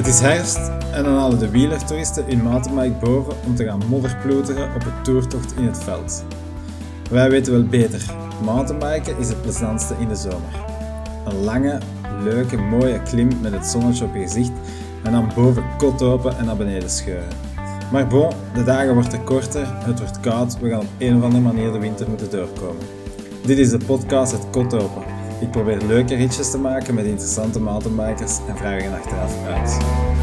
Het is herfst en dan halen de wielertoeristen hun mountainbike boven om te gaan modderploeteren op een toertocht in het veld. Wij weten wel beter, mountainbiken is het plezantste in de zomer. Een lange, leuke, mooie klim met het zonnetje op je gezicht en dan boven kot open en naar beneden scheuren. Maar bon, de dagen worden korter, het wordt koud, we gaan op een of andere manier de winter moeten doorkomen. Dit is de podcast Het Kot Open. Ik probeer leuke ritjes te maken met interessante mountainbikers en vraag hen achteraf uit.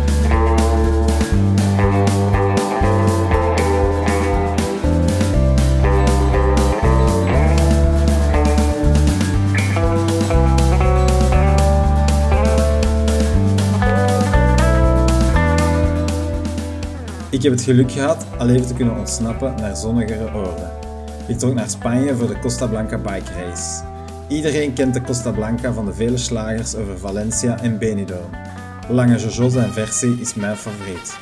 Ik heb het geluk gehad al even te kunnen ontsnappen naar zonnigere oorden. Ik trok naar Spanje voor de Costa Blanca Bike Race. Iedereen kent de Costa Blanca van de vele slagers over Valencia en Benidorm. De lange jojo's en versie is mijn favoriet.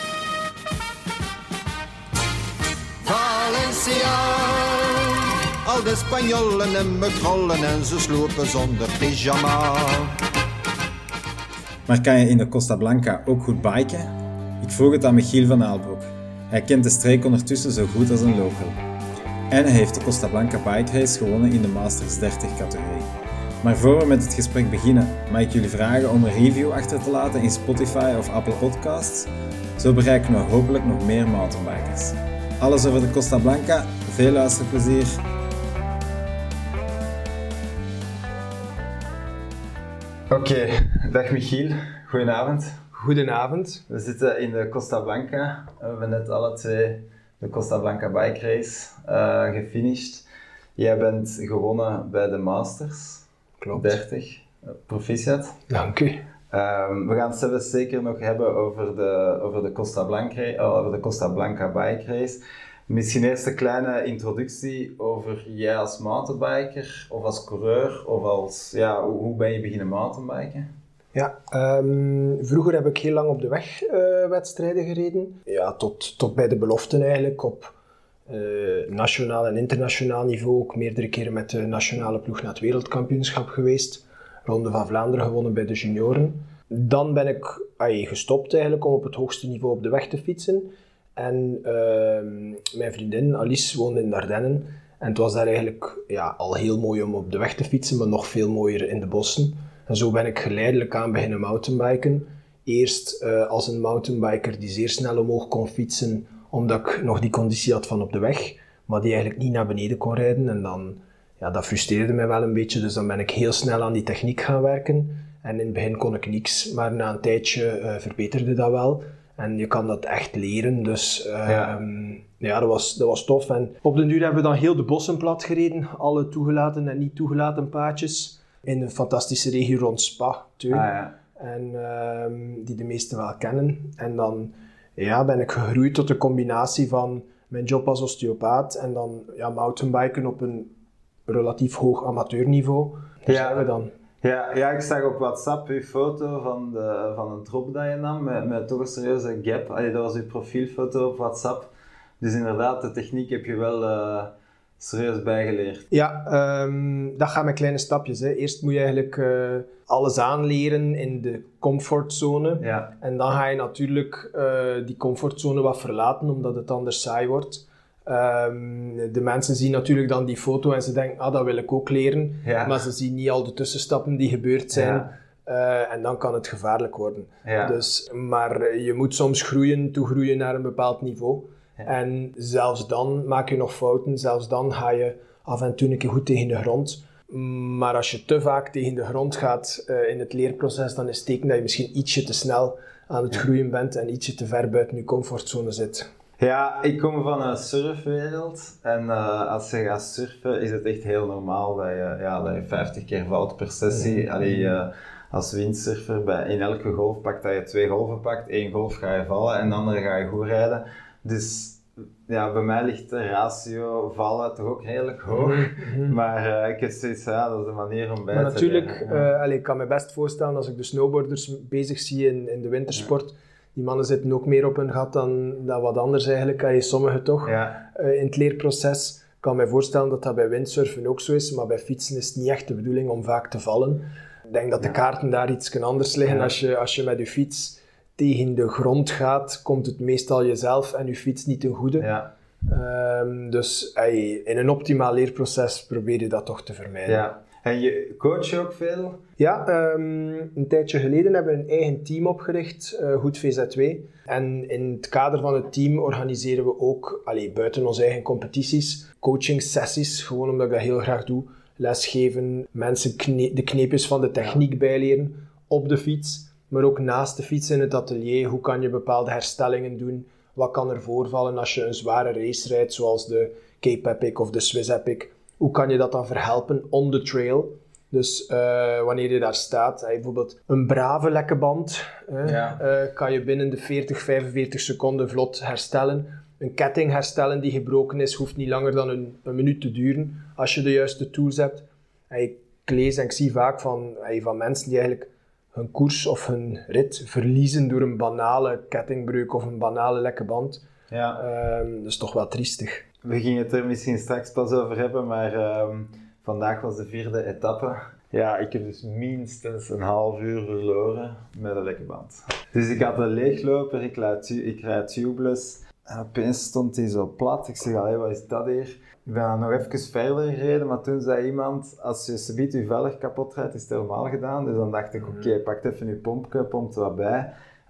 Valencia, al de Spanjolen en metrollen en ze slopen zonder pyjama. Maar kan je in de Costa Blanca ook goed biken? Ik vroeg het aan Michiel van Aalbroek. Hij kent de streek ondertussen zo goed als een local. En hij heeft de Costa Blanca Bike Race gewonnen in de Masters 30 categorie. Maar voor we met het gesprek beginnen, mag ik jullie vragen om een review achter te laten in Spotify of Apple Podcasts. Zo bereiken we hopelijk nog meer mountainbikers. Alles over de Costa Blanca, veel luisterplezier. Oké, dag Michiel, goedenavond. Goedenavond. We zitten in de Costa Blanca. We hebben net alle twee de Costa Blanca Bike Race gefinished. Jij bent gewonnen bij de Masters. Klopt. 30. Proficiat. Dank u. We gaan het zelfs zeker nog hebben over de Costa Blanca Bike Race. Misschien eerst een kleine introductie over jij als mountainbiker of als coureur of hoe ben je beginnen mountainbiken? Ja, vroeger heb ik heel lang op de weg wedstrijden gereden. Ja, tot bij de beloften eigenlijk op nationaal en internationaal niveau. Ook meerdere keren met de nationale ploeg naar het wereldkampioenschap geweest. Ronde van Vlaanderen gewonnen bij de junioren. Dan ben ik gestopt eigenlijk om op het hoogste niveau op de weg te fietsen. En mijn vriendin Alice woonde in Ardennen. En het was daar eigenlijk al heel mooi om op de weg te fietsen, maar nog veel mooier in de bossen. En zo ben ik geleidelijk aan beginnen mountainbiken. Eerst als een mountainbiker die zeer snel omhoog kon fietsen, omdat ik nog die conditie had van op de weg, maar die eigenlijk niet naar beneden kon rijden. En dan, dat frustreerde mij wel een beetje, dus dan ben ik heel snel aan die techniek gaan werken. En in het begin kon ik niks, maar na een tijdje verbeterde dat wel. En je kan dat echt leren, dus dat was tof. En op den duur hebben we dan heel de bossen plat gereden, alle toegelaten en niet toegelaten paadjes. In een fantastische regio rond Spa, en die de meesten wel kennen. En dan ben ik gegroeid tot een combinatie van mijn job als osteopaat en dan mountainbiken op een relatief hoog amateurniveau. Daar zijn we dan. Ja, ik zag op WhatsApp uw foto van een drop dat je nam met toch een serieuze gap. Dat was uw profielfoto op WhatsApp. Dus inderdaad, de techniek heb je wel serieus bijgeleerd. Ja, dat gaat met kleine stapjes. Hè. Eerst moet je eigenlijk alles aanleren in de comfortzone. Ja. En dan ga je natuurlijk die comfortzone wat verlaten, omdat het anders saai wordt. De mensen zien natuurlijk dan die foto en ze denken, dat wil ik ook leren. Ja. Maar ze zien niet al de tussenstappen die gebeurd zijn. Ja. En dan kan het gevaarlijk worden. Ja. Maar je moet soms toegroeien naar een bepaald niveau. Ja. En zelfs dan maak je nog fouten, zelfs dan ga je af en toe een keer goed tegen de grond. Maar als je te vaak tegen de grond gaat in het leerproces, dan is het teken dat je misschien ietsje te snel aan het groeien bent en ietsje te ver buiten je comfortzone zit. Ja, ik kom van een surfwereld en als je gaat surfen is het echt heel normaal dat je 50 keer valt per sessie. Als windsurfer in elke golf pakt dat je 2 golven pakt, 1 golf ga je vallen en de andere ga je goed rijden. Dus bij mij ligt de ratio vallen toch ook redelijk hoog. Maar ik heb zoiets, dat is de manier om bij te natuurlijk, ik kan me best voorstellen als ik de snowboarders bezig zie in de wintersport. Die mannen zitten ook meer op hun gat dan wat anders eigenlijk. Sommigen toch. Ja. In het leerproces kan me voorstellen dat dat bij windsurfen ook zo is. Maar bij fietsen is het niet echt de bedoeling om vaak te vallen. Ik denk dat de kaarten daar iets anders liggen als je met je fiets tegen de grond gaat, komt het meestal jezelf en je fiets niet ten goede. Ja. Dus in een optimaal leerproces probeer je dat toch te vermijden. Ja. En je coach je ook veel? Ja, een tijdje geleden hebben we een eigen team opgericht, Goed VZ2. En in het kader van het team organiseren we ook, buiten onze eigen competities, coaching-sessies, gewoon omdat ik dat heel graag doe. Lesgeven, mensen de kneepjes van de techniek bijleren op de fiets, maar ook naast de fiets in het atelier. Hoe kan je bepaalde herstellingen doen? Wat kan er voorvallen als je een zware race rijdt, zoals de Cape Epic of de Swiss Epic? Hoe kan je dat dan verhelpen on the trail? Dus wanneer je daar staat, bijvoorbeeld een brave lekke band, kan je binnen de 40-45 seconden vlot herstellen. Een ketting herstellen die gebroken is, hoeft niet langer dan een minuut te duren, als je de juiste tools hebt. Ik lees en ik zie vaak van mensen die eigenlijk hun koers of hun rit verliezen door een banale kettingbreuk of een banale lekke band. Ja. Dat is toch wel triestig. We gingen het er misschien straks pas over hebben, maar vandaag was de 4e etappe. Ja, ik heb dus minstens een half uur verloren met een lekke band. Dus ik had een leegloper, ik rijd tubeless. En opeens stond hij zo plat. Ik zeg, wat is dat hier? Ik ben dan nog even verder gereden, maar toen zei iemand, als je subiet je velg kapot rijdt, is het helemaal gedaan. Dus dan dacht ik, oké, pak even je pompje, pomp er wat bij.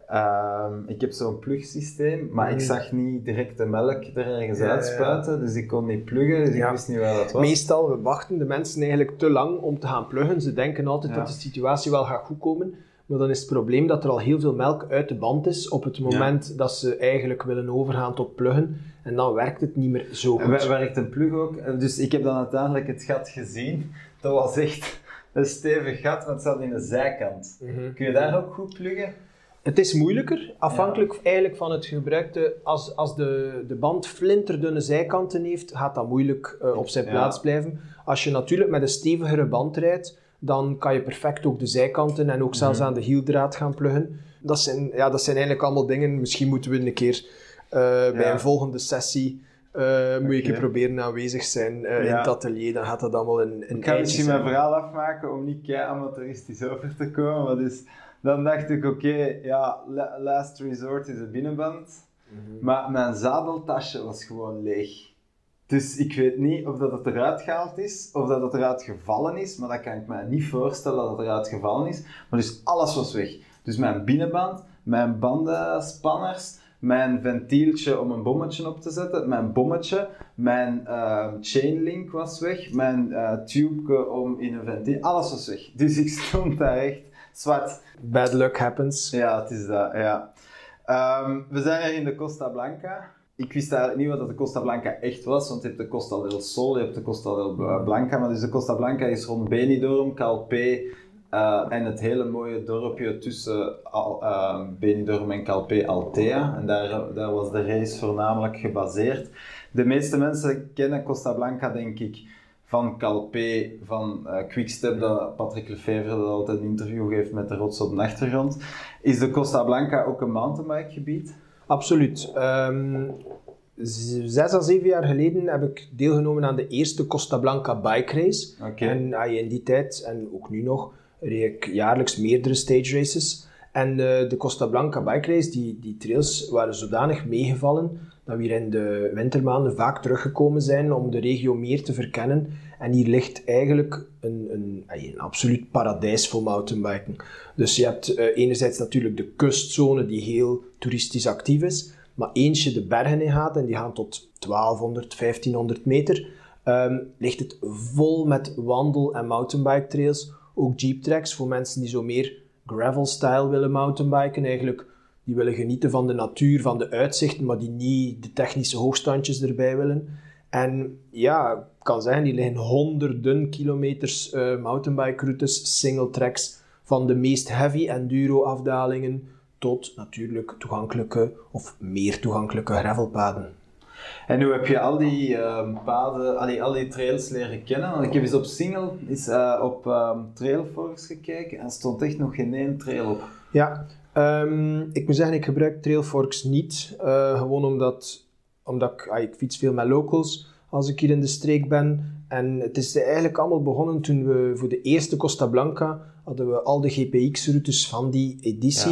Ik heb zo'n plugsysteem, maar ik zag niet direct de melk er ergens uitspuiten, dus ik kon niet pluggen, dus ik wist niet waar dat was. Meestal, we wachten de mensen eigenlijk te lang om te gaan pluggen. Ze denken altijd dat de situatie wel gaat goedkomen, maar dan is het probleem dat er al heel veel melk uit de band is op het moment dat ze eigenlijk willen overgaan tot pluggen. En dan werkt het niet meer zo goed. En werkt een plug ook? Dus ik heb dan uiteindelijk het gat gezien. Dat was echt een stevig gat, want het zat in de zijkant. Kun je daar ook goed pluggen? Het is moeilijker, afhankelijk eigenlijk van het gebruikte. Als de band flinterdunne zijkanten heeft, gaat dat moeilijk op zijn plaats blijven. Als je natuurlijk met een stevigere band rijdt, dan kan je perfect ook de zijkanten en ook zelfs aan de hieldraad gaan pluggen. Dat zijn eigenlijk allemaal dingen. Misschien moeten we een keer bij een volgende sessie moet ik proberen aanwezig zijn in het atelier. Dan gaat dat allemaal een Ik ga misschien mijn verhaal afmaken om niet amateuristisch over te komen. Maar dus, dan dacht ik, last resort is een binnenband. Maar mijn zadeltasje was gewoon leeg. Dus ik weet niet of dat het eruit gehaald is, of dat het eruit gevallen is, maar dat kan ik me niet voorstellen dat het eruit gevallen is. Maar dus alles was weg. Dus mijn binnenband, mijn bandenspanners, mijn ventieltje om een bommetje op te zetten, mijn bommetje, mijn chainlink was weg, mijn tube om in een ventiel, alles was weg. Dus ik stond daar echt zwart. Bad luck happens. Ja, het is dat, ja. We zijn hier in de Costa Blanca. Ik wist eigenlijk niet wat de Costa Blanca echt was, want je hebt de Costa del Sol, je hebt de Costa del Blanca, maar dus de Costa Blanca is rond Benidorm, Calpe en het hele mooie dorpje tussen Benidorm en Calpe, Altea. En daar was de race voornamelijk gebaseerd. De meeste mensen kennen Costa Blanca, denk ik, van Calpe, van Quickstep, dat Patrick Lefevre dat altijd een interview geeft met de rots op de achtergrond. Is de Costa Blanca ook een mountainbikegebied? Absoluut. 6 à 7 jaar geleden heb ik deelgenomen aan de eerste Costa Blanca bike race. Okay. En in die tijd, en ook nu nog, reed ik jaarlijks meerdere stage races. En de Costa Blanca bike race, die trails waren zodanig meegevallen dat we hier in de wintermaanden vaak teruggekomen zijn om de regio meer te verkennen. En hier ligt eigenlijk een absoluut paradijs voor mountainbiken. Dus je hebt enerzijds natuurlijk de kustzone die heel toeristisch actief is, maar eens je de bergen in gaat, en die gaan tot 1200, 1500 meter, ligt het vol met wandel- en mountainbike trails. Ook jeep tracks voor mensen die zo meer gravel-style willen mountainbiken. Eigenlijk, die willen genieten van de natuur, van de uitzichten, maar die niet de technische hoogstandjes erbij willen. En ja, ik kan zeggen, die liggen honderden kilometers mountainbike routes, single tracks, van de meest heavy enduro afdalingen tot natuurlijk toegankelijke of meer toegankelijke gravelpaden. En hoe heb je al die paden, al die trails leren kennen? Want ik heb eens op Single, op Trailforks gekeken en er stond echt nog geen één trail op. Ja, ik moet zeggen, ik gebruik Trailforks niet. Gewoon omdat ik fiets veel met locals als ik hier in de streek ben. En het is eigenlijk allemaal begonnen toen we voor de eerste Costa Blanca hadden we al de GPX-routes van die editie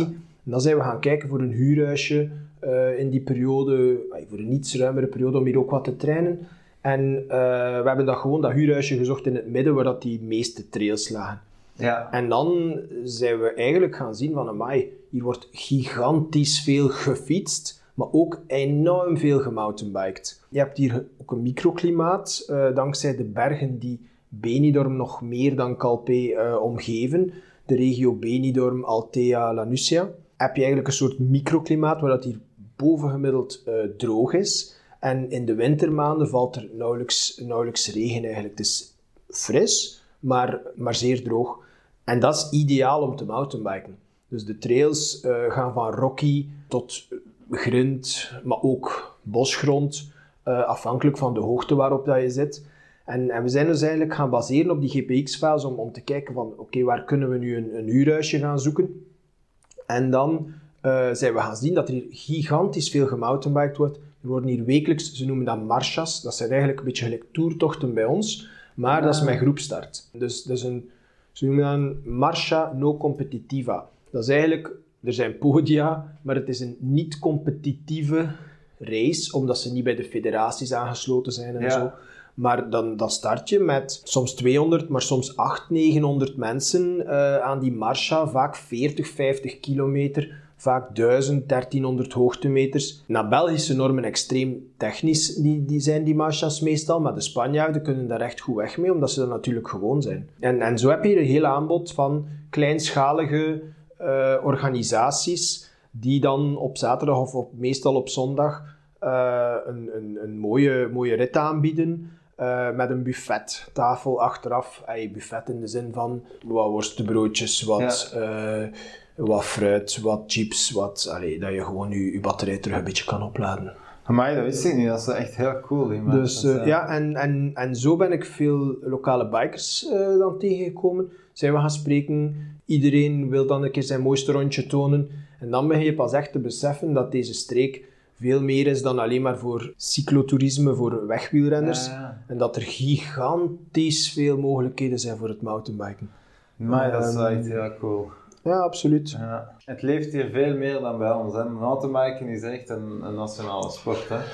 En dan zijn we gaan kijken voor een huurhuisje in die periode, voor een iets ruimere periode, om hier ook wat te trainen. En we hebben dat huurhuisje gezocht in het midden, waar dat die meeste trails lagen. Ja. En dan zijn we eigenlijk gaan zien van, amai, hier wordt gigantisch veel gefietst, maar ook enorm veel gemountainbiked. Je hebt hier ook een microklimaat, dankzij de bergen die Benidorm nog meer dan Calpe omgeven. De regio Benidorm, Altea, Lanussia. Heb je eigenlijk een soort microklimaat waar dat hier bovengemiddeld droog is. En in de wintermaanden valt er nauwelijks regen eigenlijk. Het is fris, maar zeer droog. En dat is ideaal om te mountainbiken. Dus de trails gaan van rocky tot grind, maar ook bosgrond, afhankelijk van de hoogte waarop dat je zit. En we zijn dus eigenlijk gaan baseren op die GPX-files om te kijken van, oké, waar kunnen we nu een huurhuisje gaan zoeken? En dan zijn we gaan zien dat er hier gigantisch veel gemountainbiked wordt. Er worden hier wekelijks, ze noemen dat marchas, dat zijn eigenlijk een beetje gelijk toertochten bij ons, maar dat is met groepstart. Dus ze noemen dat een marcha no competitiva. Dat is eigenlijk, er zijn podia, maar het is een niet-competitieve race, omdat ze niet bij de federaties aangesloten zijn en zo. Maar dan start je met soms 200, maar soms 800, 900 mensen aan die marcha, vaak 40, 50 kilometer, vaak 1000, 1300 hoogtemeters. Naar Belgische normen extreem technisch die zijn die marchas meestal, maar de Spanjaarden kunnen daar echt goed weg mee, omdat ze dat natuurlijk gewoon zijn. En zo heb je hier een heel aanbod van kleinschalige organisaties die dan op zaterdag of meestal op zondag een mooie rit aanbieden. Met een buffettafel achteraf. Buffet in de zin van wat worstenbroodjes, wat fruit, wat chips, dat je gewoon je batterij terug een beetje kan opladen. Amai, dat wist ik niet. Dat is echt heel cool. Dus en zo ben ik veel lokale bikers dan tegengekomen. Zijn we gaan spreken. Iedereen wil dan een keer zijn mooiste rondje tonen. En dan begin je pas echt te beseffen dat deze streek veel meer is dan alleen maar voor cyclotourisme, voor wegwielrenners. Ja. En dat er gigantisch veel mogelijkheden zijn voor het mountainbiken. Maar dat is echt heel cool. Ja, absoluut. Ja. Het leeft hier veel meer dan bij ons. Hè. Mountainbiken is echt een nationale sport. Hè.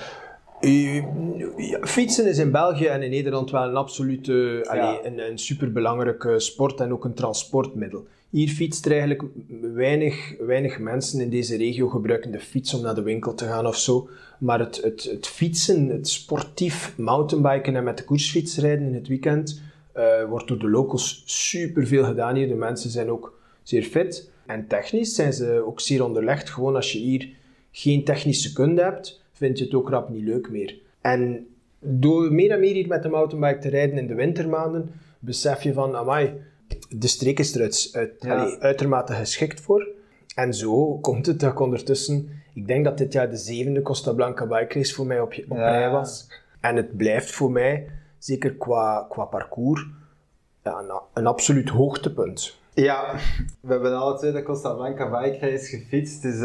Fietsen is in België en in Nederland wel een absolute, een superbelangrijke sport en ook een transportmiddel. Hier fietst er eigenlijk weinig mensen in deze regio gebruiken de fiets om naar de winkel te gaan of zo. Maar het fietsen, het sportief mountainbiken en met de koersfiets rijden in het weekend wordt door de locals superveel gedaan hier. De mensen zijn ook zeer fit. En technisch zijn ze ook zeer onderlegd. Gewoon als je hier geen technische kunde hebt, vind je het ook rap niet leuk meer. En door meer en meer hier met de mountainbike te rijden in de wintermaanden, besef je van, amai, de streek is er uitermate geschikt voor. En zo komt het dat ik ondertussen, ik denk dat dit jaar de 7e Costa Blanca Bike Race voor mij op rij was. En het blijft voor mij, zeker qua parcours, een absoluut hoogtepunt. Ja, we hebben alle twee de Costa Blanca Bike Race gefietst. Dus,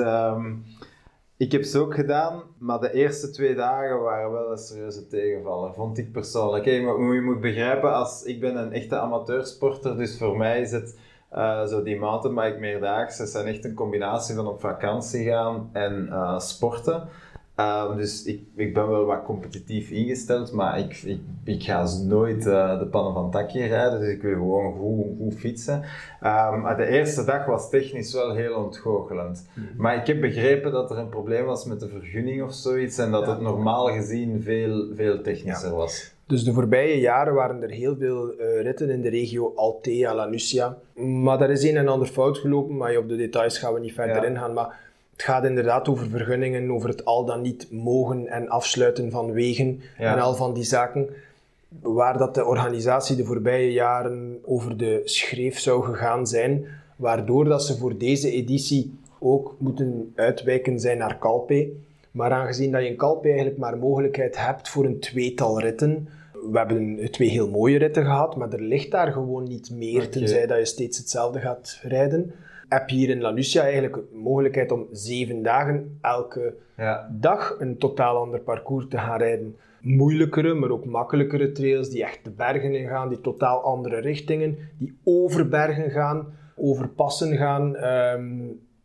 ik heb ze ook gedaan, maar de eerste 2 dagen waren wel een serieuze tegenvaller, vond ik persoonlijk. Je moet begrijpen, ik ben een echte amateursporter, dus voor mij is het zo die mountainbike meerdaagse. Het zijn echt een combinatie van op vakantie gaan en sporten. Dus ik ben wel wat competitief ingesteld, maar ik ga nooit de pannen van het dakje rijden, dus ik wil gewoon goed fietsen. De eerste dag was technisch wel heel ontgoochelend. Maar ik heb begrepen dat er een probleem was met de vergunning of zoiets en dat het normaal gezien veel technischer was. Dus de voorbije jaren waren er heel veel ritten in de regio Altea, Lanussia. Maar daar is een en ander fout gelopen, maar op de details gaan we niet verder ingaan. Maar het gaat inderdaad over vergunningen, over het al dan niet mogen en afsluiten van wegen en al van die zaken. Waar dat de organisatie de voorbije jaren over de schreef zou gegaan zijn, waardoor dat ze voor deze editie ook moeten uitwijken zijn naar Calpe. Maar aangezien dat je in Calpe eigenlijk maar mogelijkheid hebt voor een 2-tal ritten, we hebben 2 heel mooie ritten gehad, maar er ligt daar gewoon niet meer, tenzij dat je steeds hetzelfde gaat rijden. Heb je hier in Lanussia eigenlijk de mogelijkheid om 7 dagen elke dag een totaal ander parcours te gaan rijden. Moeilijkere, maar ook makkelijkere trails die echt de bergen in gaan, die totaal andere richtingen, die over bergen gaan, over passen gaan.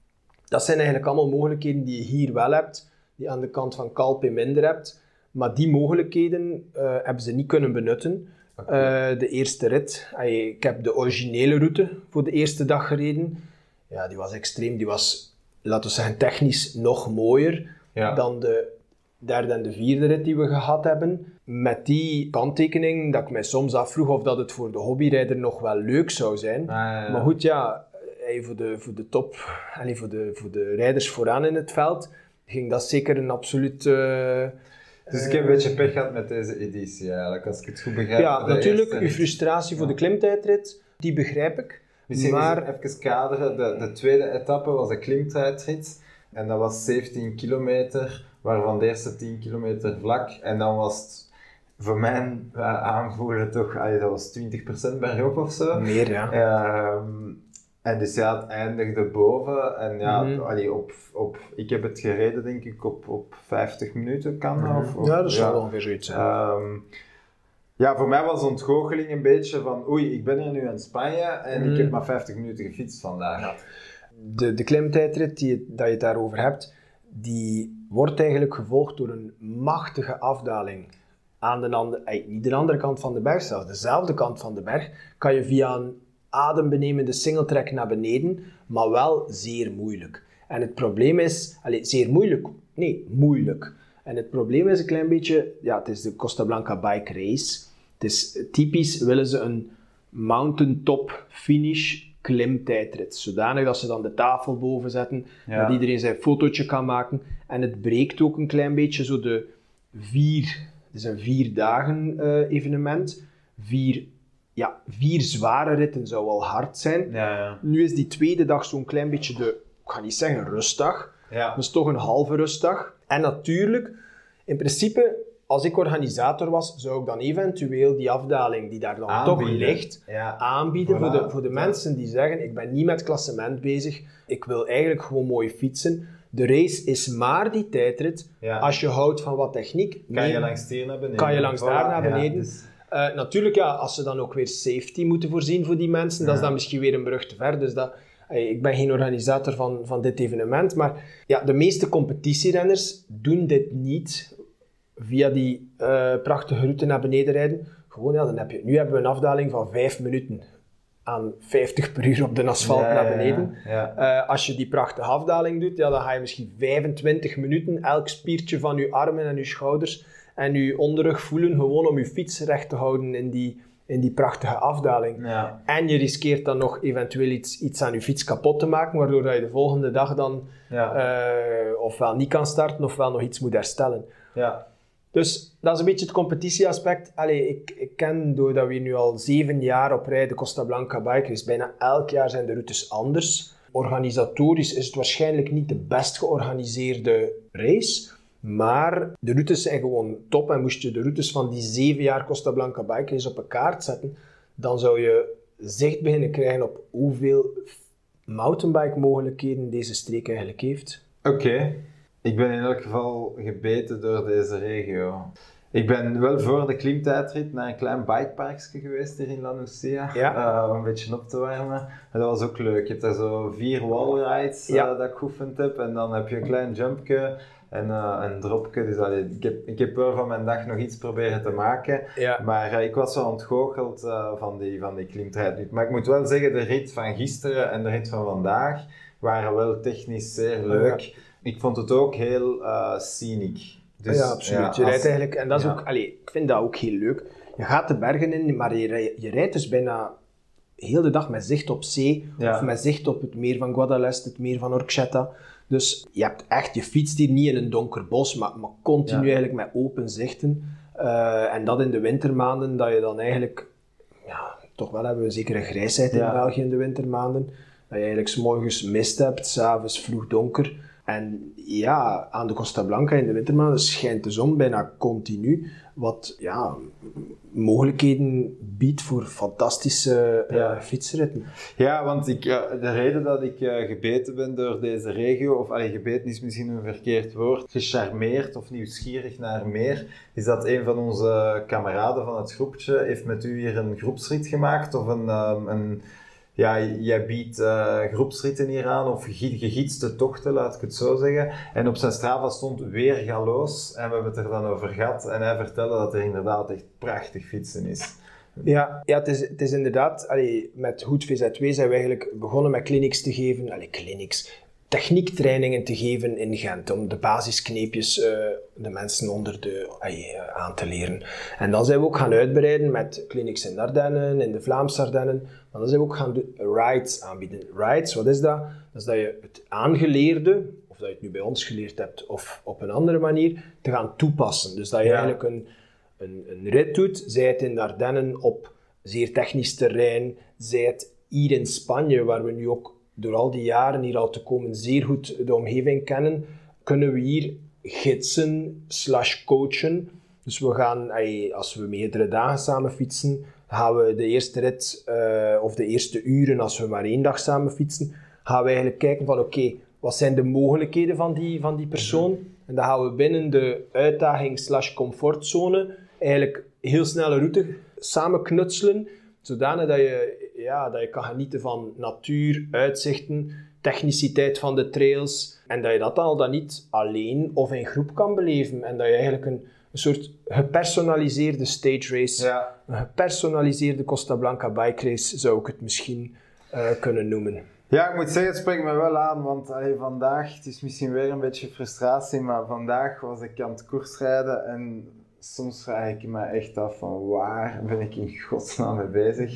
Dat zijn eigenlijk allemaal mogelijkheden die je hier wel hebt, die je aan de kant van Calpe minder hebt. Maar die mogelijkheden hebben ze niet kunnen benutten. De eerste rit, ik heb de originele route voor de eerste dag gereden. Ja, die was extreem. Die was, laten we zeggen, technisch nog mooier dan de derde en de vierde rit die we gehad hebben. Met die kanttekening dat ik mij soms afvroeg of dat het voor de hobbyrijder nog wel leuk zou zijn. Maar goed, voor de top, voor de rijders vooraan in het veld, ging dat zeker een absoluut... Dus ik heb een beetje pech gehad met deze editie eigenlijk, als ik het goed begrijp. Ja, natuurlijk, uw frustratie voor de klimtijdrit, die begrijp ik. Misschien even kaderen, de tweede etappe was een klimtijdrit. En dat was 17 kilometer, waarvan de eerste 10 kilometer vlak. En dan was het voor mijn aanvoelen toch, dat was 20% bergop of zo. Meer, ja. En dus het eindigde boven. En ik heb het gereden denk ik op 50 minuten kan. Dat zal ongeveer zoiets zijn. Voor mij was de ontgoocheling een beetje van oei, ik ben hier nu in Spanje en ik heb maar 50 minuten gefietst vandaag. Ja. De klimtijdrit dat je het daarover hebt, die wordt eigenlijk gevolgd door een machtige afdaling. Niet de andere kant van de berg, zelfs dezelfde kant van de berg, kan je via een adembenemende singletrack naar beneden, maar wel zeer moeilijk. En het probleem is, zeer moeilijk, nee, moeilijk. En het probleem is een klein beetje, het is de Costa Blanca Bike Race. Het is typisch, willen ze een mountaintop finish klimtijdrit. Zodanig dat ze dan de tafel boven zetten, dat iedereen zijn fotootje kan maken. En het breekt ook een klein beetje zo het is een 4 dagen evenement. 4 zware ritten zou wel hard zijn. Ja. Nu is die tweede dag zo'n klein beetje ik ga niet zeggen rustdag, maar het is toch een halve rustdag. En natuurlijk, in principe, als ik organisator was, zou ik dan eventueel die afdaling die daar dan toch ligt, aanbieden voor de mensen die zeggen, ik ben niet met klassement bezig, ik wil eigenlijk gewoon mooi fietsen. De race is maar die tijdrit. Als je houdt van wat techniek, kan je langs hier naar beneden. Kan je langs daar naar beneden. Natuurlijk, als ze dan ook weer safety moeten voorzien voor die mensen, dat is dan misschien weer een brug te ver. Dus ik ben geen organisator van dit evenement, maar de meeste competitierenners doen dit niet via die prachtige route naar beneden rijden. Gewoon, nu hebben we een afdaling van 5 minuten aan 50 per uur op de asfalt naar beneden. Als je die prachtige afdaling doet, dan ga je misschien 25 minuten elk spiertje van je armen en je schouders en je onderrug voelen, gewoon om je fiets recht te houden in die prachtige afdaling. Ja. En je riskeert dan nog eventueel iets aan je fiets kapot te maken, waardoor dat je de volgende dag dan ofwel niet kan starten, ofwel nog iets moet herstellen. Ja. Dus dat is een beetje het competitieaspect. Ik ken, doordat we nu al 7 jaar op rij de Costa Blanca Bike Race, bijna elk jaar zijn de routes anders. Organisatorisch is het waarschijnlijk niet de best georganiseerde race, maar de routes zijn gewoon top. En moest je de routes van die 7 jaar Costa Blanca Bike Race op een kaart zetten, dan zou je zicht beginnen krijgen op hoeveel mountainbike mogelijkheden deze streek eigenlijk heeft. Oké. Ik ben in elk geval gebeten door deze regio. Ik ben wel voor de klimtijdrit naar een klein bikeparkje geweest hier in La Nucia, om een beetje op te warmen. En dat was ook leuk. Je hebt daar zo 4 wallrides dat ik geoefend heb en dan heb je een klein jumpje en een dropje. Dus ik heb wel van mijn dag nog iets proberen te maken, maar ik was wel ontgoocheld van die klimtijdrit. Maar ik moet wel zeggen, de rit van gisteren en de rit van vandaag waren wel technisch zeer leuk. Ik vond het ook heel scenic. Dus, ja, absoluut. Je rijdt eigenlijk, en dat is ook, ik vind dat ook heel leuk. Je gaat de bergen in, maar je rijdt dus bijna heel de dag met zicht op zee, of met zicht op het meer van Guadalest, het meer van Orxeta. Dus je fietst hier niet in een donker bos, maar continu eigenlijk met open zichten. En dat in de wintermaanden, dat je dan eigenlijk, toch wel hebben we zeker een grijsheid in België in de wintermaanden, dat je eigenlijk 's morgens mist hebt, 's avonds vroeg donker. En aan de Costa Blanca in de wintermaanden schijnt de zon bijna continu, wat mogelijkheden biedt voor fantastische fietsritten. Ja, want de reden dat ik gebeten ben door deze regio, of gebeten is misschien een verkeerd woord, gecharmeerd of nieuwsgierig naar meer, is dat een van onze kameraden van het groepje heeft met u hier een groepsrit gemaakt, of ja, jij biedt groepsritten hier aan of gegidste tochten, laat ik het zo zeggen. En op zijn Strava stond weer Galoos en we hebben het er dan over gehad. En hij vertelde dat er inderdaad echt prachtig fietsen is. Ja, het is inderdaad, met Hoed VZ2 zijn we eigenlijk begonnen met clinics te geven, techniektrainingen te geven in Gent, om de basiskneepjes de mensen aan te leren. En dan zijn we ook gaan uitbreiden met clinics in de Ardennen, in de Vlaamse Ardennen, maar dan zijn we ook gaan rides aanbieden. Rides, wat is dat? Dat is dat je het aangeleerde, of dat je het nu bij ons geleerd hebt, of op een andere manier, te gaan toepassen. Dus dat je eigenlijk een rit doet, zij het in de Ardennen op zeer technisch terrein, zij het hier in Spanje, waar we nu ook door al die jaren hier al te komen zeer goed de omgeving kennen, kunnen we hier gidsen / coachen. Dus we gaan, als we meerdere dagen samen fietsen, gaan we de eerste rit of de eerste uren, als we maar 1 dag samen fietsen, gaan we eigenlijk kijken van oké, wat zijn de mogelijkheden van die persoon? En dan gaan we binnen de uitdaging / comfortzone eigenlijk heel snelle route samen knutselen, zodanig dat je kan genieten van natuur, uitzichten, techniciteit van de trails en dat je dat dan niet alleen of in groep kan beleven en dat je eigenlijk een soort gepersonaliseerde stage race, een gepersonaliseerde Costa Blanca bike race zou ik het misschien kunnen noemen. Ja, ik moet zeggen, het spreekt me wel aan, want vandaag, het is misschien weer een beetje frustratie, maar vandaag was ik aan het koersrijden en soms vraag ik me echt af van waar ben ik in godsnaam mee bezig.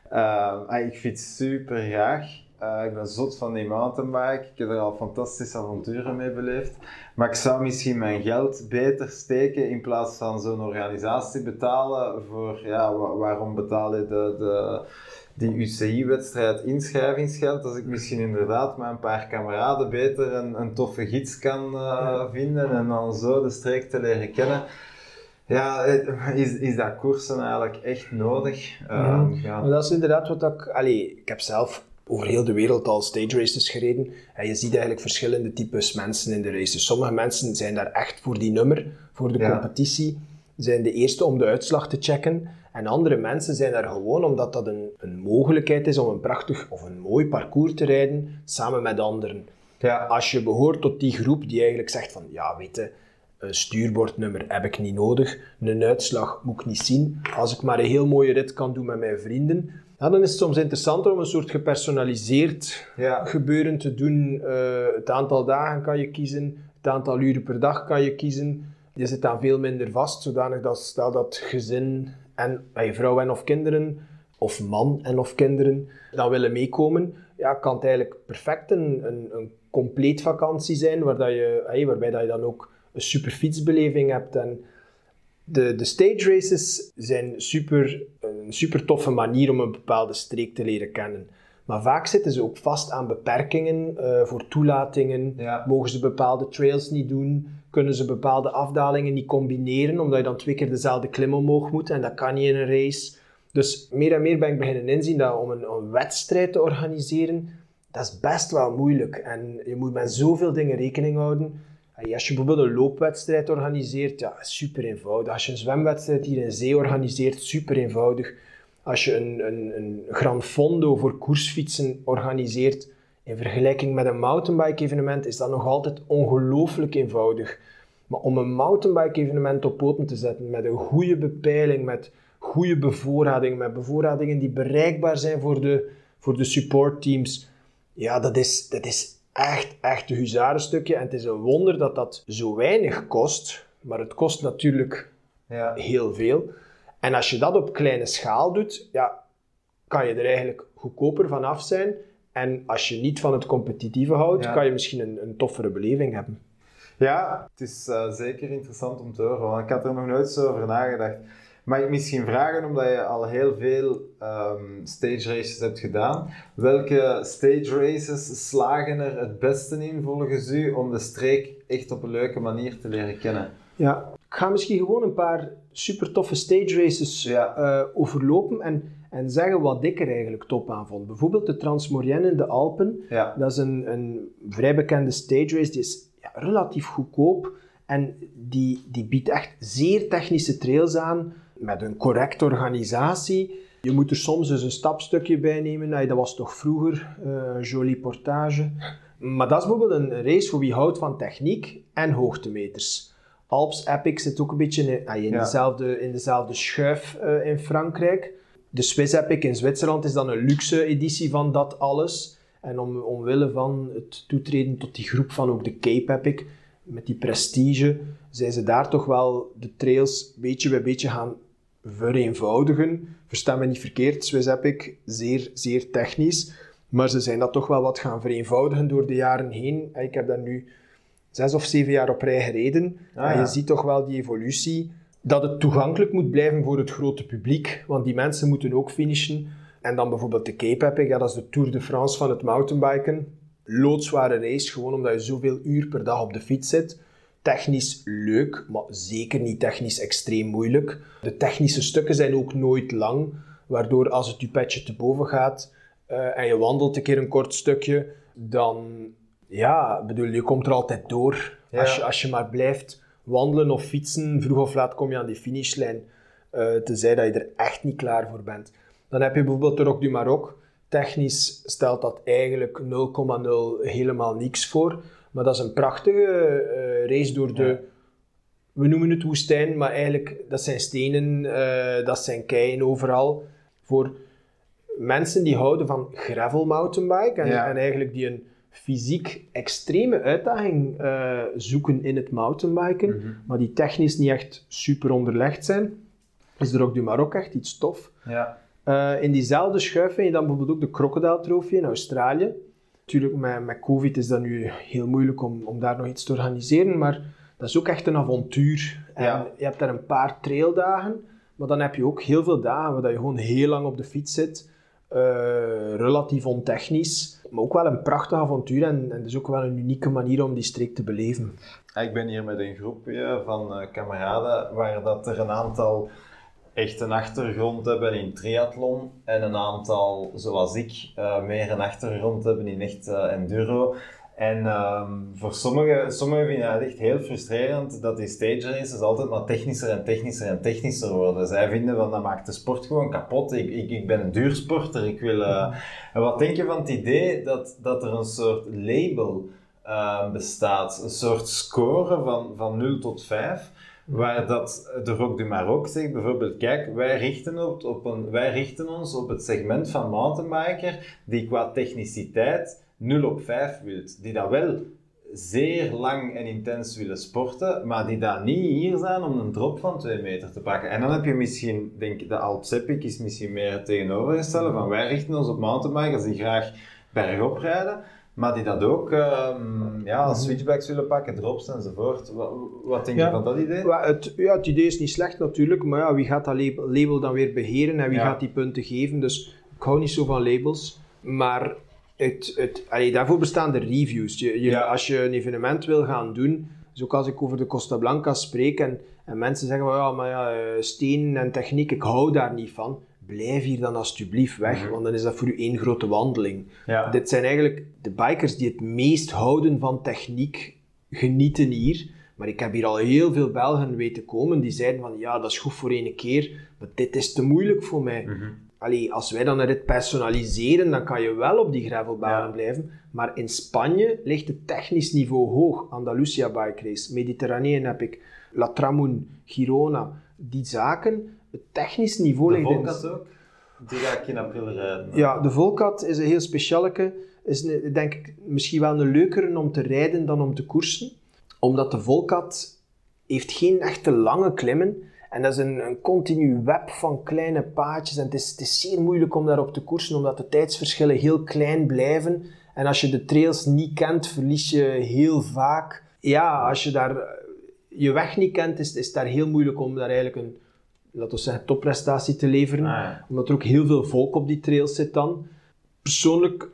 Ik fiets super graag. Ik ben zot van die mountainbike. Ik heb er al fantastische avonturen mee beleefd. Maar ik zou misschien mijn geld beter steken in plaats van zo'n organisatie betalen voor, waarom betaal je die UCI-wedstrijd inschrijvingsgeld, als ik misschien inderdaad met een paar kameraden beter een toffe gids kan vinden en dan zo de streek te leren kennen. Ja, is dat koersen eigenlijk echt nodig? Maar dat is inderdaad wat ik heb zelf over heel de wereld al stage races gereden en je ziet eigenlijk verschillende types mensen in de races. Sommige mensen zijn daar echt voor die nummer, voor de competitie, zijn de eerste om de uitslag te checken. En andere mensen zijn daar gewoon omdat dat een mogelijkheid is om een prachtig of een mooi parcours te rijden samen met anderen. Ja. Als je behoort tot die groep die eigenlijk zegt van, een stuurbordnummer heb ik niet nodig, een uitslag moet ik niet zien. Als ik maar een heel mooie rit kan doen met mijn vrienden, dan is het soms interessanter om een soort gepersonaliseerd gebeuren te doen. Het aantal dagen kan je kiezen, het aantal uren per dag kan je kiezen. Je zit aan veel minder vast, zodanig dat stel dat gezin en vrouw en of kinderen, of man en of kinderen, dan willen meekomen, kan het eigenlijk perfect een compleet vakantie zijn, waarbij dat je dan ook een super fietsbeleving hebt. En de stage races zijn een super toffe manier om een bepaalde streek te leren kennen. Maar vaak zitten ze ook vast aan beperkingen voor toelatingen. Ja. Mogen ze bepaalde trails niet doen? Kunnen ze bepaalde afdalingen niet combineren, omdat je dan 2 keer dezelfde klim omhoog moet en dat kan niet in een race. Dus meer en meer ben ik beginnen inzien dat om een wedstrijd te organiseren, dat is best wel moeilijk. En je moet met zoveel dingen rekening houden. Als je bijvoorbeeld een loopwedstrijd organiseert, super eenvoudig. Als je een zwemwedstrijd hier in zee organiseert, super eenvoudig. Als je een Gran Fondo voor koersfietsen organiseert, in vergelijking met een mountainbike evenement, is dat nog altijd ongelooflijk eenvoudig. Maar om een mountainbike evenement op poten te zetten, met een goede bepeiling, met goede bevoorrading, met bevoorradingen die bereikbaar zijn voor de supportteams, dat is echt een huzarenstukje. En het is een wonder dat dat zo weinig kost, maar het kost natuurlijk heel veel. En als je dat op kleine schaal doet, kan je er eigenlijk goedkoper van af zijn. En als je niet van het competitieve houdt, kan je misschien een toffere beleving hebben. Ja, het is zeker interessant om te horen, want ik had er nog nooit zo over nagedacht. Mag ik misschien vragen, omdat je al heel veel stage races hebt gedaan, welke stage races slagen er het beste in volgens u om de streek echt op een leuke manier te leren kennen? Ja, ik ga misschien gewoon een paar super toffe stage races overlopen en zeggen wat ik er eigenlijk top aan vond. Bijvoorbeeld de Transmorienne in de Alpen. Ja. Dat is een vrij bekende stage race, die is relatief goedkoop en die biedt echt zeer technische trails aan met een correcte organisatie. Je moet er soms dus een stapstukje bij nemen. Dat was toch vroeger, een jolie portage. Maar dat is bijvoorbeeld een race voor wie houdt van techniek en hoogtemeters. Alps Epic zit ook een beetje in dezelfde schuif in Frankrijk. De Swiss Epic in Zwitserland is dan een luxe editie van dat alles. En omwille van het toetreden tot die groep van ook de Cape Epic, met die prestige, zijn ze daar toch wel de trails beetje bij beetje gaan vereenvoudigen. Versta me niet verkeerd, Swiss Epic, zeer, zeer technisch. Maar ze zijn dat toch wel wat gaan vereenvoudigen door de jaren heen. Ik heb daar nu 6 of 7 jaar op rij gereden. En je ziet toch wel die evolutie. Dat het toegankelijk moet blijven voor het grote publiek. Want die mensen moeten ook finishen. En dan bijvoorbeeld de Cape Epic, dat is de Tour de France van het mountainbiken. Loodzware race, gewoon omdat je zoveel uur per dag op de fiets zit. Technisch leuk, maar zeker niet technisch extreem moeilijk. De technische stukken zijn ook nooit lang. Waardoor als het je petje te boven gaat en je wandelt een keer een kort stukje, dan je komt er altijd door. Ja. Als je maar blijft wandelen of fietsen, vroeg of laat kom je aan die finishlijn. Tenzij dat je er echt niet klaar voor bent. Dan heb je bijvoorbeeld de Roc du Maroc. Technisch stelt dat eigenlijk 0,0 helemaal niks voor. Maar dat is een prachtige race door de... We noemen het woestijn, maar eigenlijk dat zijn stenen, dat zijn keien overal. Voor mensen die houden van gravel mountainbike en eigenlijk die een fysiek extreme uitdaging zoeken in het mountainbiken, maar die technisch niet echt super onderlegd zijn, is de Roc du Maroc echt iets tof. Ja. In diezelfde schuif vind je dan bijvoorbeeld ook de Crocodile Trophy in Australië. Natuurlijk, met COVID is dat nu heel moeilijk om daar nog iets te organiseren, maar dat is ook echt een avontuur. En je hebt daar een paar traildagen, maar dan heb je ook heel veel dagen waar je gewoon heel lang op de fiets zit. Relatief ontechnisch, maar ook wel een prachtig avontuur en dat is ook wel een unieke manier om die streek te beleven. Ik ben hier met een groepje van kameraden waar dat er een aantal echt een achtergrond hebben in triathlon en een aantal, zoals ik, meer een achtergrond hebben in echt enduro. En voor sommigen vinden het echt heel frustrerend dat die stage races altijd maar technischer en technischer en technischer worden. Zij vinden van dat maakt de sport gewoon kapot. Ik ben een duursporter, ik wil... En wat denk je van het idee dat er een soort label bestaat, een soort score van 0 tot 5, waar dat de Roc du Maroc zegt bijvoorbeeld, kijk, wij richten ons op het segment van mountainbiker die qua techniciteit 0 op 5 wilt, die dat wel zeer lang en intens willen sporten, maar die dat niet hier zijn om een drop van 2 meter te pakken. En dan heb je misschien, denk ik, de Alps Epic is misschien meer het tegenovergestelde, van wij richten ons op mountainbikers die graag bergop rijden, maar die dat ook als switchbacks willen pakken, drops enzovoort. Wat denk je van dat idee? Het idee is niet slecht natuurlijk, maar wie gaat dat label dan weer beheren en wie gaat die punten geven? Dus ik hou niet zo van labels, maar daarvoor bestaan er reviews. Als je een evenement wil gaan doen, dus ook als ik over de Costa Blanca spreek en mensen zeggen, stenen en techniek, ik hou daar niet van. Blijf hier dan alsjeblieft weg, want dan is dat voor u één grote wandeling. Ja. Dit zijn eigenlijk de bikers die het meest houden van techniek, genieten hier. Maar ik heb hier al heel veel Belgen weten komen die zeiden van, dat is goed voor 1 keer, maar dit is te moeilijk voor mij. Als wij dan een rit personaliseren, dan kan je wel op die gravelbanen blijven. Maar in Spanje ligt het technisch niveau hoog. Andalusia Bike Race, Mediterranean Epic, La Tramun, Girona. Die zaken, het technisch niveau ligt in... De Volcat ook? Die ga ik in april rijden. Ja, de Volcat is een heel specialeke. Is denk ik misschien wel een leukere om te rijden dan om te koersen. Omdat de Volcat heeft geen echte lange klimmen. En dat is een continu web van kleine paadjes. En het is zeer moeilijk om daarop te koersen, omdat de tijdsverschillen heel klein blijven. En als je de trails niet kent, verlies je heel vaak. Ja, als je daar je weg niet kent, is het daar heel moeilijk om daar eigenlijk een, laten we zeggen, topprestatie te leveren. Omdat er ook heel veel volk op die trails zit dan. Persoonlijk,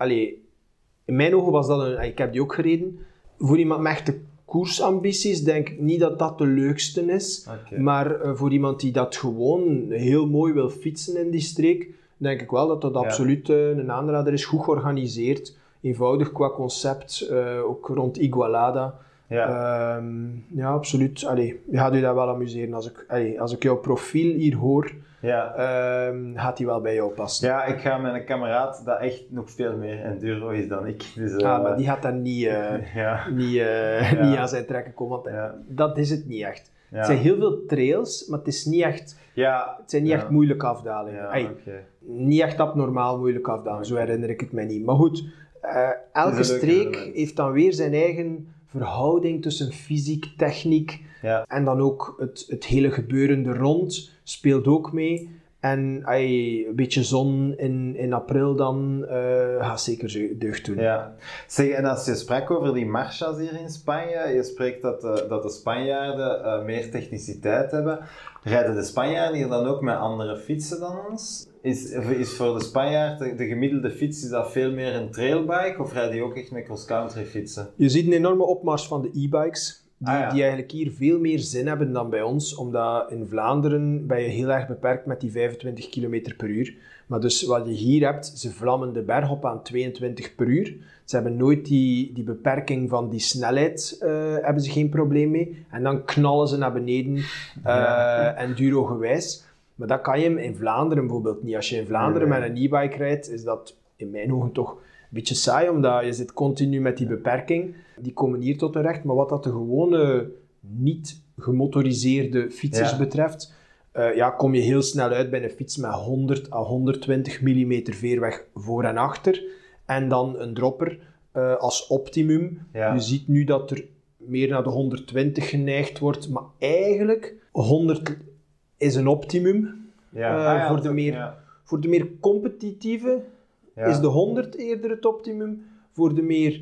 in mijn ogen was dat ik heb die ook gereden. Voor iemand met echte koersambities denk ik niet dat dat de leukste is. Okay. Maar voor iemand die dat gewoon heel mooi wil fietsen in die streek, denk ik wel dat dat absoluut een aanrader is. Goed georganiseerd, eenvoudig qua concept, ook rond Igualada. Ja, absoluut. Je gaat je daar wel amuseren. Als ik jouw profiel hier hoor, gaat die wel bij jou passen. Ja, ik ga met een kameraad dat echt nog veel meer enduro is dan ik. Dus, maar die gaat daar niet aan zijn trekken komen, want dat is het niet echt. Ja. Het zijn heel veel trails, maar het is niet echt, het zijn niet echt moeilijke afdalingen. Niet echt abnormaal moeilijke afdalingen, zo herinner ik het mij niet. Maar goed, elke streek heeft dan weer zijn eigen verhouding tussen fysiek, techniek en dan ook het hele gebeuren er rond speelt ook mee. En een beetje zon in april dan gaat zeker deugd doen. Ja. Zeg, en als je sprak over die marchas hier in Spanje, je spreekt dat de Spanjaarden meer techniciteit hebben. Rijden de Spanjaarden hier dan ook met andere fietsen dan ons? Is voor de Spanjaard de gemiddelde fiets is dat veel meer een trailbike of rijden die ook echt met cross-country fietsen? Je ziet een enorme opmars van de e-bikes. Die eigenlijk hier veel meer zin hebben dan bij ons, omdat in Vlaanderen ben je heel erg beperkt met die 25 km per uur. Maar dus wat je hier hebt, ze vlammen de berg op aan 22 per uur. Ze hebben nooit die beperking van die snelheid, hebben ze geen probleem mee. En dan knallen ze naar beneden, enduro gewijs. Maar dat kan je in Vlaanderen bijvoorbeeld niet. Als je in Vlaanderen met een e-bike rijdt, is dat in mijn ogen toch een beetje saai, omdat je zit continu met die beperking. Die komen hier tot hun recht. Maar wat dat de gewone, niet gemotoriseerde fietsers betreft, kom je heel snel uit bij een fiets met 100 à 120 mm veerweg voor en achter. En dan een dropper als optimum. Ja. Je ziet nu dat er meer naar de 120 geneigd wordt, maar eigenlijk 100 is een optimum. Voor de meer competitieve is de 100 eerder het optimum. Voor de meer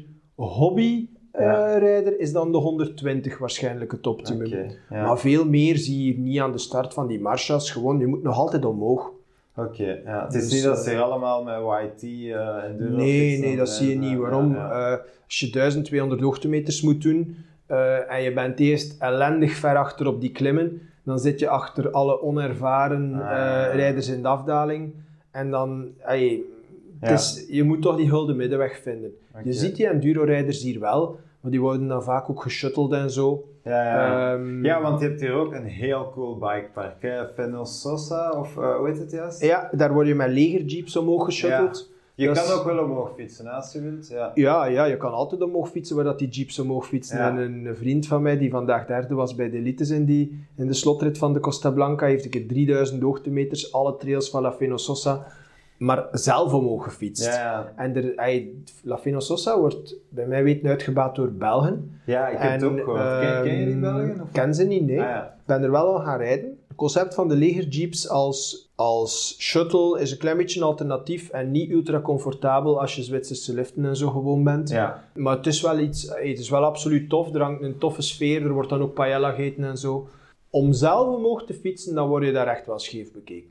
hobbyrijder is dan de 120 waarschijnlijk het optimum. Maar veel meer zie je niet aan de start van die marchas. Gewoon, je moet nog altijd omhoog. Het is niet dat ze allemaal met YT enduro Nee, dat zie je niet. Waarom? Als je 1200 hoogtemeters moet doen en je bent eerst ellendig ver achter op die klimmen, dan zit je achter alle onervaren rijders in de afdaling. En dan, je moet toch die gulden middenweg vinden. Je ziet die enduro-rijders hier wel, maar die worden dan vaak ook geshutteld en zo. Want je hebt hier ook een heel cool bikepark, hè? Fenososa, of hoe heet het juist? Ja, daar word je met legerjeeps omhoog geshutteld. Je kan ook wel omhoog fietsen, als je wilt. Ja, je kan altijd omhoog fietsen waar dat die jeeps omhoog fietsen. En een vriend van mij, die vandaag derde was bij de Elites in de slotrit van de Costa Blanca, heeft een keer 3000 hoogtemeters, alle trails van La Fenososa, maar zelf omhoog gefietst. En La Fenososa wordt bij mij weten uitgebaat door Belgen. Ja, ik heb het ook gehoord. Ken je die Belgen? Of? Ken ze niet, nee. Ik ben er wel aan gaan rijden. Het concept van de legerjeeps als shuttle is een klein beetje alternatief en niet ultra comfortabel als je Zwitserse liften en zo gewoon bent. Maar het is wel het is wel absoluut tof. Er hangt een toffe sfeer, er wordt dan ook paella gegeten en zo. Om zelf omhoog te fietsen, dan word je daar echt wel scheef bekeken.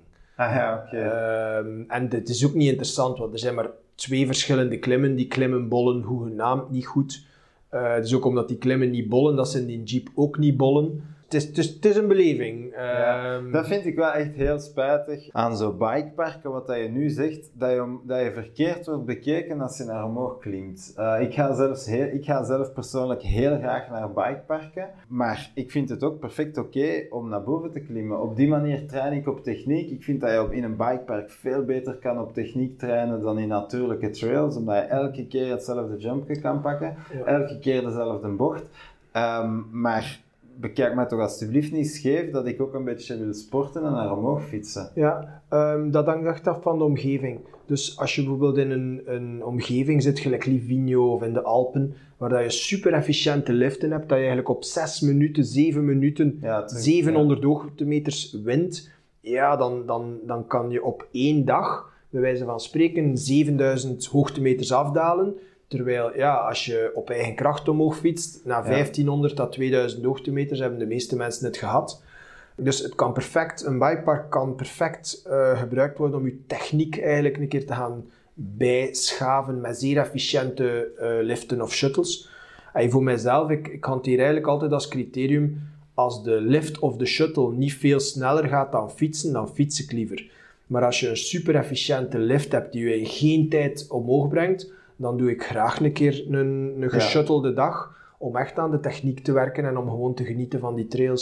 En het is ook niet interessant, want er zijn maar 2 verschillende klimmen. Die klimmen bollen hoegenaamd niet goed. Dus ook omdat die klimmen niet bollen, dat ze in die jeep ook niet bollen. Het is een beleving. Dat vind ik wel echt heel spijtig aan zo'n bikeparken, wat dat je nu zegt, dat je verkeerd wordt bekeken als je naar omhoog klimt. Ik ga zelf persoonlijk heel graag naar bikeparken, maar ik vind het ook perfect oké om naar boven te klimmen. Op die manier train ik op techniek. Ik vind dat je in een bikepark veel beter kan op techniek trainen dan in natuurlijke trails, omdat je elke keer hetzelfde jumpje kan pakken, elke keer dezelfde bocht. Maar bekijk mij toch alsjeblieft niet scheef dat ik ook een beetje wil sporten en naar omhoog fietsen. Dat hangt echt af van de omgeving. Dus als je bijvoorbeeld in een omgeving zit, gelijk Livigno of in de Alpen, waar dat je super efficiënte liften hebt, dat je eigenlijk op 6 minuten, 7 minuten, 700 hoogtemeters wint, dan kan je op 1 dag, bij wijze van spreken, 7000 hoogtemeters afdalen. Terwijl, als je op eigen kracht omhoog fietst, na 1500 à 2000 hoogtemeters hebben de meeste mensen het gehad. Dus een bikepark kan perfect gebruikt worden om je techniek eigenlijk een keer te gaan bijschaven met zeer efficiënte liften of shuttles. En voor mijzelf, ik hanteer eigenlijk altijd als criterium, als de lift of de shuttle niet veel sneller gaat dan fiets ik liever. Maar als je een super efficiënte lift hebt die je in geen tijd omhoog brengt, dan doe ik graag een keer een geshuttelde dag om echt aan de techniek te werken en om gewoon te genieten van die trails.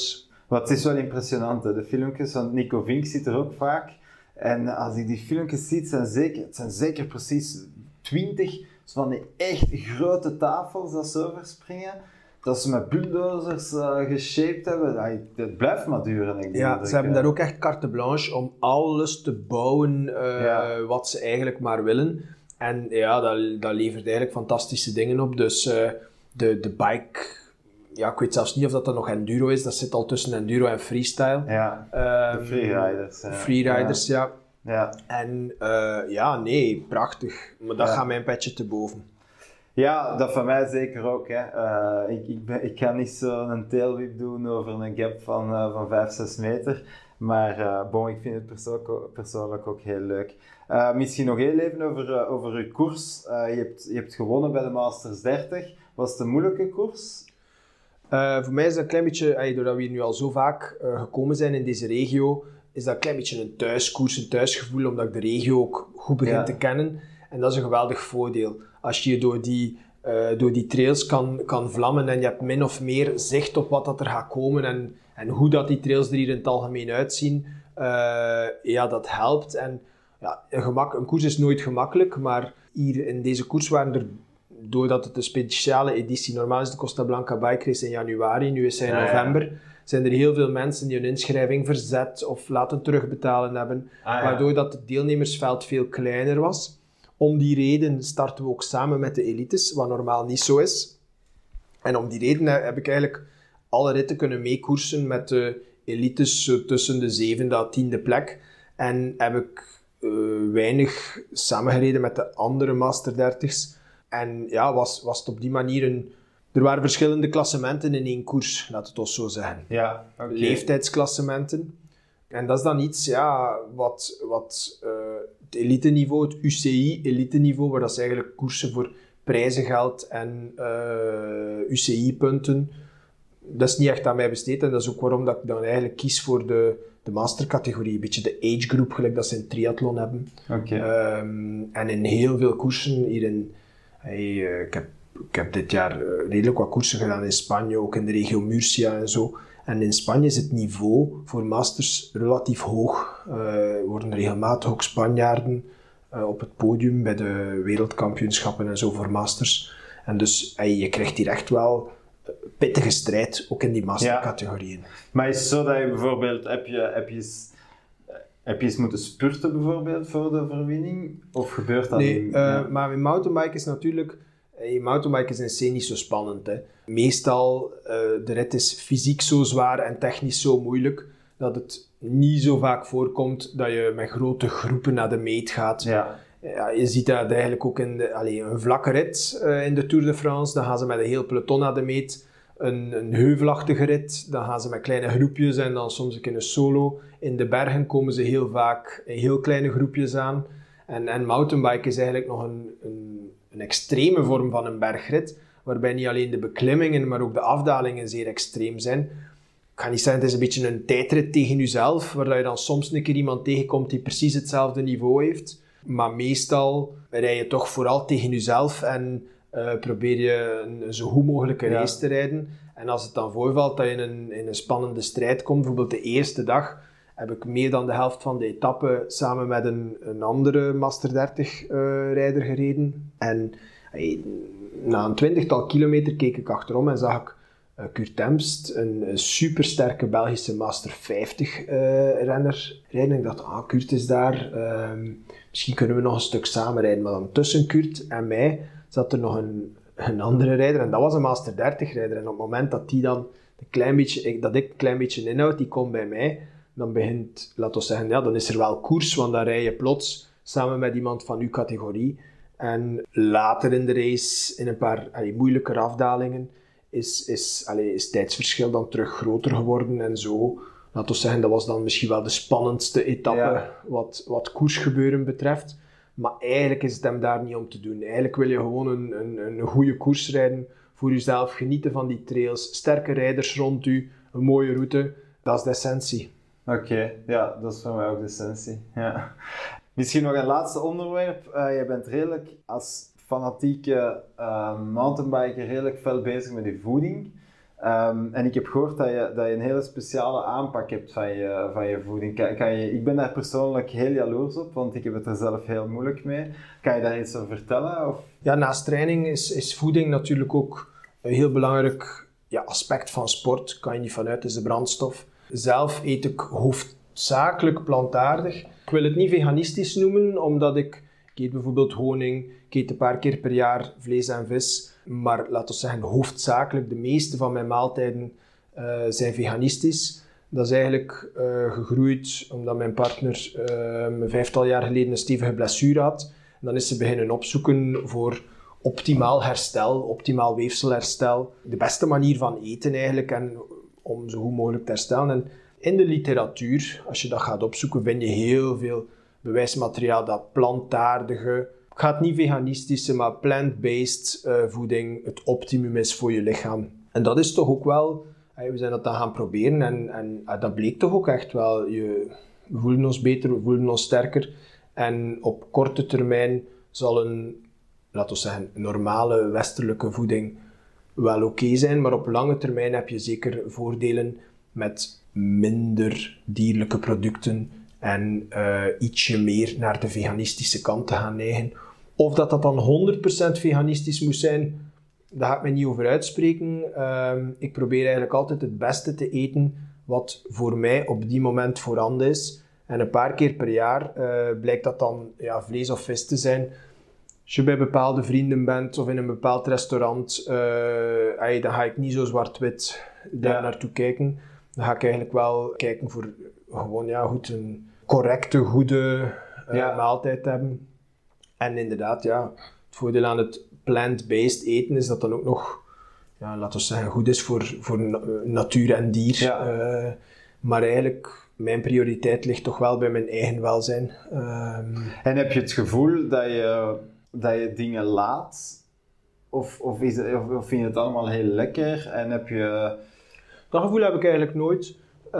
Wat is wel impressionant, hè? De filmpjes van Nico Vink zit er ook vaak. En als ik die filmpjes zie, het zijn zeker precies 20 van die echt grote tafels dat ze overspringen. Dat ze met bulldozers geshaped hebben. Het blijft maar duren. Ze hebben daar ook echt carte blanche om alles te bouwen wat ze eigenlijk maar willen. En ja, dat levert eigenlijk fantastische dingen op. Dus de bike... Ja, ik weet zelfs niet of dat nog enduro is. Dat zit al tussen enduro en freestyle. Ja, de freeriders. Freeriders, ja. Ja. En nee, prachtig. Maar dat gaat mijn petje te boven. Ja, dat van mij zeker ook. Hè. Ik kan niet zo'n tailwhip doen over een gap van 5-6 meter. Maar ik vind het persoonlijk ook heel leuk. Misschien nog heel even over uw koers. Je hebt gewonnen bij de Masters 30. Was het een moeilijke koers? Voor mij is dat een klein beetje, doordat we hier nu al zo vaak gekomen zijn in deze regio, is dat een klein beetje een thuiskoers, een thuisgevoel, omdat ik de regio ook goed begin te kennen. En dat is een geweldig voordeel. Als je door die trails kan vlammen en je hebt min of meer zicht op wat dat er gaat komen en hoe dat die trails er hier in het algemeen uitzien, dat helpt. En ja, een koers is nooit gemakkelijk, maar hier in deze koers waren er, doordat het een speciale editie, normaal is de Costa Blanca Bike Race in januari, nu is hij in november, zijn er heel veel mensen die hun inschrijving verzet of laten terugbetalen hebben, waardoor dat het deelnemersveld veel kleiner was. Om die reden starten we ook samen met de elites, wat normaal niet zo is. En om die reden heb ik eigenlijk alle ritten kunnen meekoersen met de elites tussen de 7e en 10e plek. En heb ik weinig samengereden met de andere Master 30's. En ja, was het op die manier er waren verschillende klassementen in één koers, laat het ons zo zeggen. Ja, okay. Leeftijdsklassementen. En dat is dan iets wat het elite-niveau, het UCI-elite-niveau, waar dat is eigenlijk koersen voor prijzengeld en UCI-punten. Dat is niet echt aan mij besteed en dat is ook waarom dat ik dan eigenlijk kies voor de mastercategorie. Een beetje de age group, gelijk dat ze in triathlon hebben. Okay. En in heel veel koersen hierin... Ik heb dit jaar redelijk wat koersen gedaan in Spanje, ook in de regio Murcia en zo. En in Spanje is het niveau voor masters relatief hoog. Er worden regelmatig ook Spanjaarden op het podium bij de wereldkampioenschappen en zo voor masters. En dus je krijgt hier echt wel pittige strijd, ook in die mastercategorieën. Ja. Maar is het zo dat je bijvoorbeeld, heb je eens moeten spurten bijvoorbeeld voor de overwinning? Of gebeurt dat niet? Maar in mountainbike is natuurlijk... mountainbike is in C niet zo spannend. Hè. Meestal, de rit is fysiek zo zwaar en technisch zo moeilijk, dat het niet zo vaak voorkomt dat je met grote groepen naar de meet gaat. Ja. Ja, je ziet dat eigenlijk ook in een vlakke rit in de Tour de France. Dan gaan ze met een heel peloton naar de meet. Een heuvelachtige rit, dan gaan ze met kleine groepjes en dan soms een solo. In de bergen komen ze heel vaak in heel kleine groepjes aan. En mountainbike is eigenlijk nog een extreme vorm van een bergrit, waarbij niet alleen de beklimmingen, maar ook de afdalingen zeer extreem zijn. Ik ga niet zeggen, het is een beetje een tijdrit tegen jezelf, waar je dan soms een keer iemand tegenkomt die precies hetzelfde niveau heeft. Maar meestal rij je toch vooral tegen jezelf en probeer je een zo goed mogelijke race te rijden. En als het dan voorvalt dat je in een spannende strijd komt, bijvoorbeeld de eerste dag, heb ik meer dan de helft van de etappe samen met een andere Master 30 rijder gereden. En na een 20-tal kilometer keek ik achterom en zag ik Kurt Emst, een supersterke Belgische Master 50 renner, rijden. Ik dacht, Kurt is daar, misschien kunnen we nog een stuk samen rijden. Maar dan tussen Kurt en mij zat er nog een andere rijder en dat was een Master 30 rijder. En op het moment dat die dan ik een klein beetje inhoud, die komt bij mij, dan begint, laten we zeggen, dan is er wel koers, want dan rij je plots samen met iemand van uw categorie. En later in de race, in een paar moeilijke afdalingen, is tijdsverschil dan terug groter geworden en zo. Laten we zeggen, dat was dan misschien wel de spannendste etappe wat koersgebeuren betreft. Maar eigenlijk is het hem daar niet om te doen. Eigenlijk wil je gewoon een goede koers rijden, voor jezelf genieten van die trails, sterke rijders rond u, een mooie route. Dat is de essentie. Oké, ja, dat is voor mij ook de essentie. Ja. Misschien nog een laatste onderwerp. Je bent redelijk als fanatieke mountainbiker redelijk fel bezig met je voeding. En ik heb gehoord dat je een hele speciale aanpak hebt van je voeding. Ik ben daar persoonlijk heel jaloers op, want ik heb het er zelf heel moeilijk mee. Kan je daar iets over vertellen? Of? Ja, naast training is voeding natuurlijk ook een heel belangrijk aspect van sport. Kan je niet vanuit, is de brandstof. Zelf eet ik hoofdzakelijk plantaardig. Ik wil het niet veganistisch noemen, omdat ik eet bijvoorbeeld honing, ik eet een paar keer per jaar vlees en vis. Maar laten we zeggen, hoofdzakelijk de meeste van mijn maaltijden zijn veganistisch. Dat is eigenlijk gegroeid omdat mijn partner een 5-tal jaar geleden een stevige blessure had. En dan is ze beginnen opzoeken voor optimaal herstel, optimaal weefselherstel. De beste manier van eten eigenlijk en om zo goed mogelijk te herstellen. En in de literatuur, als je dat gaat opzoeken, vind je heel veel bewijsmateriaal dat plantaardige, ik ga het niet veganistische, maar plant-based voeding het optimum is voor je lichaam. En dat is toch ook wel, we zijn dat dan gaan proberen en dat bleek toch ook echt wel. We voelen ons beter, we voelen ons sterker. En op korte termijn zal laten we zeggen, normale westelijke voeding wel oké zijn, maar op lange termijn heb je zeker voordelen met minder dierlijke producten en ietsje meer naar de veganistische kant te gaan neigen. Of dat dan 100% veganistisch moet zijn, daar ga ik me niet over uitspreken. Ik probeer eigenlijk altijd het beste te eten wat voor mij op die moment voorhanden is. En een paar keer per jaar blijkt dat dan vlees of vis te zijn. Als je bij bepaalde vrienden bent of in een bepaald restaurant, dan ga ik niet zo zwart-wit daar naartoe kijken. Dan ga ik eigenlijk wel kijken voor gewoon een correcte, goede maaltijd te hebben. En inderdaad, het voordeel aan het plant-based eten is dat dan ook nog, laten we zeggen, goed is voor natuur en dier. Ja. Maar eigenlijk, mijn prioriteit ligt toch wel bij mijn eigen welzijn. En heb je het gevoel dat je dingen laat? Of vind je het allemaal heel lekker? En heb je... Dat gevoel heb ik eigenlijk nooit.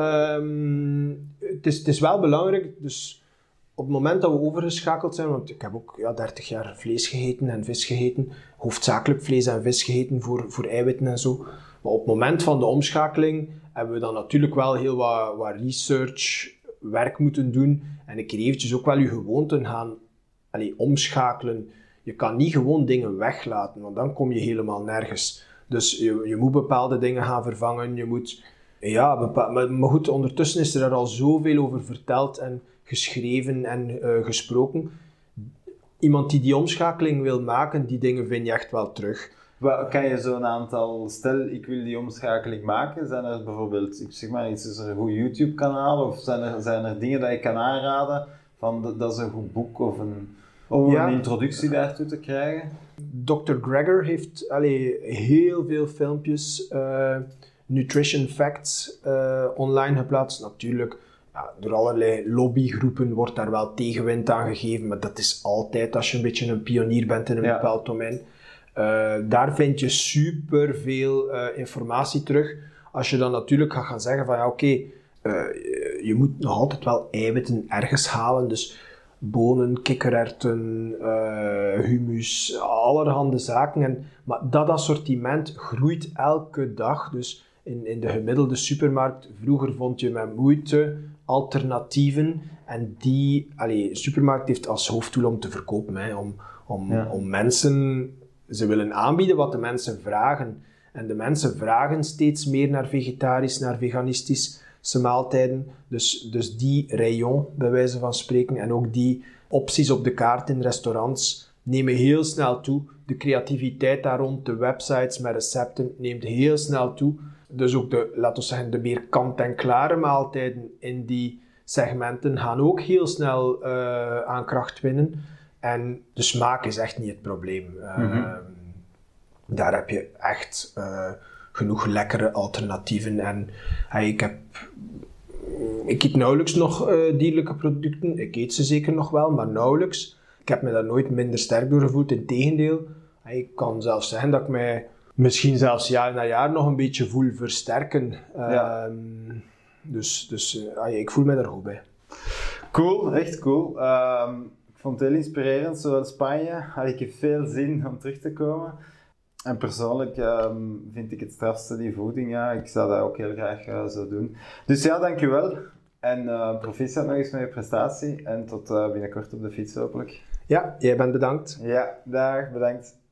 Het is wel belangrijk, dus op het moment dat we overgeschakeld zijn, want ik heb ook 30 jaar vlees gegeten en vis gegeten, hoofdzakelijk vlees en vis gegeten voor eiwitten en zo. Maar op het moment van de omschakeling hebben we dan natuurlijk wel heel wat research werk moeten doen en een keer eventjes ook wel je gewoonten gaan omschakelen. Je kan niet gewoon dingen weglaten, want dan kom je helemaal nergens. Dus je moet bepaalde dingen gaan vervangen, je moet... maar goed, ondertussen is er al zoveel over verteld en geschreven en gesproken. Iemand die die omschakeling wil maken, die dingen vind je echt wel terug. Kan je zo'n aantal... Stel, ik wil die omschakeling maken. Zijn er bijvoorbeeld, ik zeg maar iets, is er een goed YouTube-kanaal? Of zijn er dingen dat je kan aanraden? Van, dat is een goed boek of om een introductie daartoe te krijgen? Dr. Greger heeft heel veel filmpjes, nutrition facts online geplaatst. Natuurlijk, door allerlei lobbygroepen wordt daar wel tegenwind aan gegeven, maar dat is altijd als je een beetje een pionier bent in een bepaald domein. Daar vind je super veel informatie terug. Als je dan natuurlijk gaat gaan zeggen van je moet nog altijd wel eiwitten ergens halen, dus bonen, kikkererwten, hummus, allerhande zaken. Maar dat assortiment groeit elke dag. Dus in de gemiddelde supermarkt, vroeger vond je met moeite alternatieven. En die supermarkt heeft als hoofddoel om te verkopen. Om mensen, ze willen aanbieden wat de mensen vragen. En de mensen vragen steeds meer naar vegetarisch, naar veganistisch maaltijden, dus die rayon, bij wijze van spreken, en ook die opties op de kaart in restaurants nemen heel snel toe. De creativiteit daar rond, de websites met recepten neemt heel snel toe. Dus ook de meer kant-en-klare maaltijden in die segmenten gaan ook heel snel aan kracht winnen. En de smaak is echt niet het probleem. Daar heb je echt... genoeg lekkere alternatieven. En ik eet nauwelijks nog dierlijke producten. Ik eet ze zeker nog wel, maar nauwelijks. Ik heb me daar nooit minder sterk door gevoeld. Integendeel, ik kan zelfs zeggen dat ik mij misschien zelfs jaar na jaar nog een beetje voel versterken. Dus ik voel me daar goed bij. Cool, echt cool. Ik vond het heel inspirerend, zowel Spanje. Ik heb veel zin om terug te komen. En persoonlijk vind ik het strafste die voeding. Ja. Ik zou dat ook heel graag zo doen. Dus ja, dankjewel. En proficiat nog eens met je prestatie. En tot binnenkort op de fiets hopelijk. Ja, jij bent bedankt. Ja, dag, bedankt.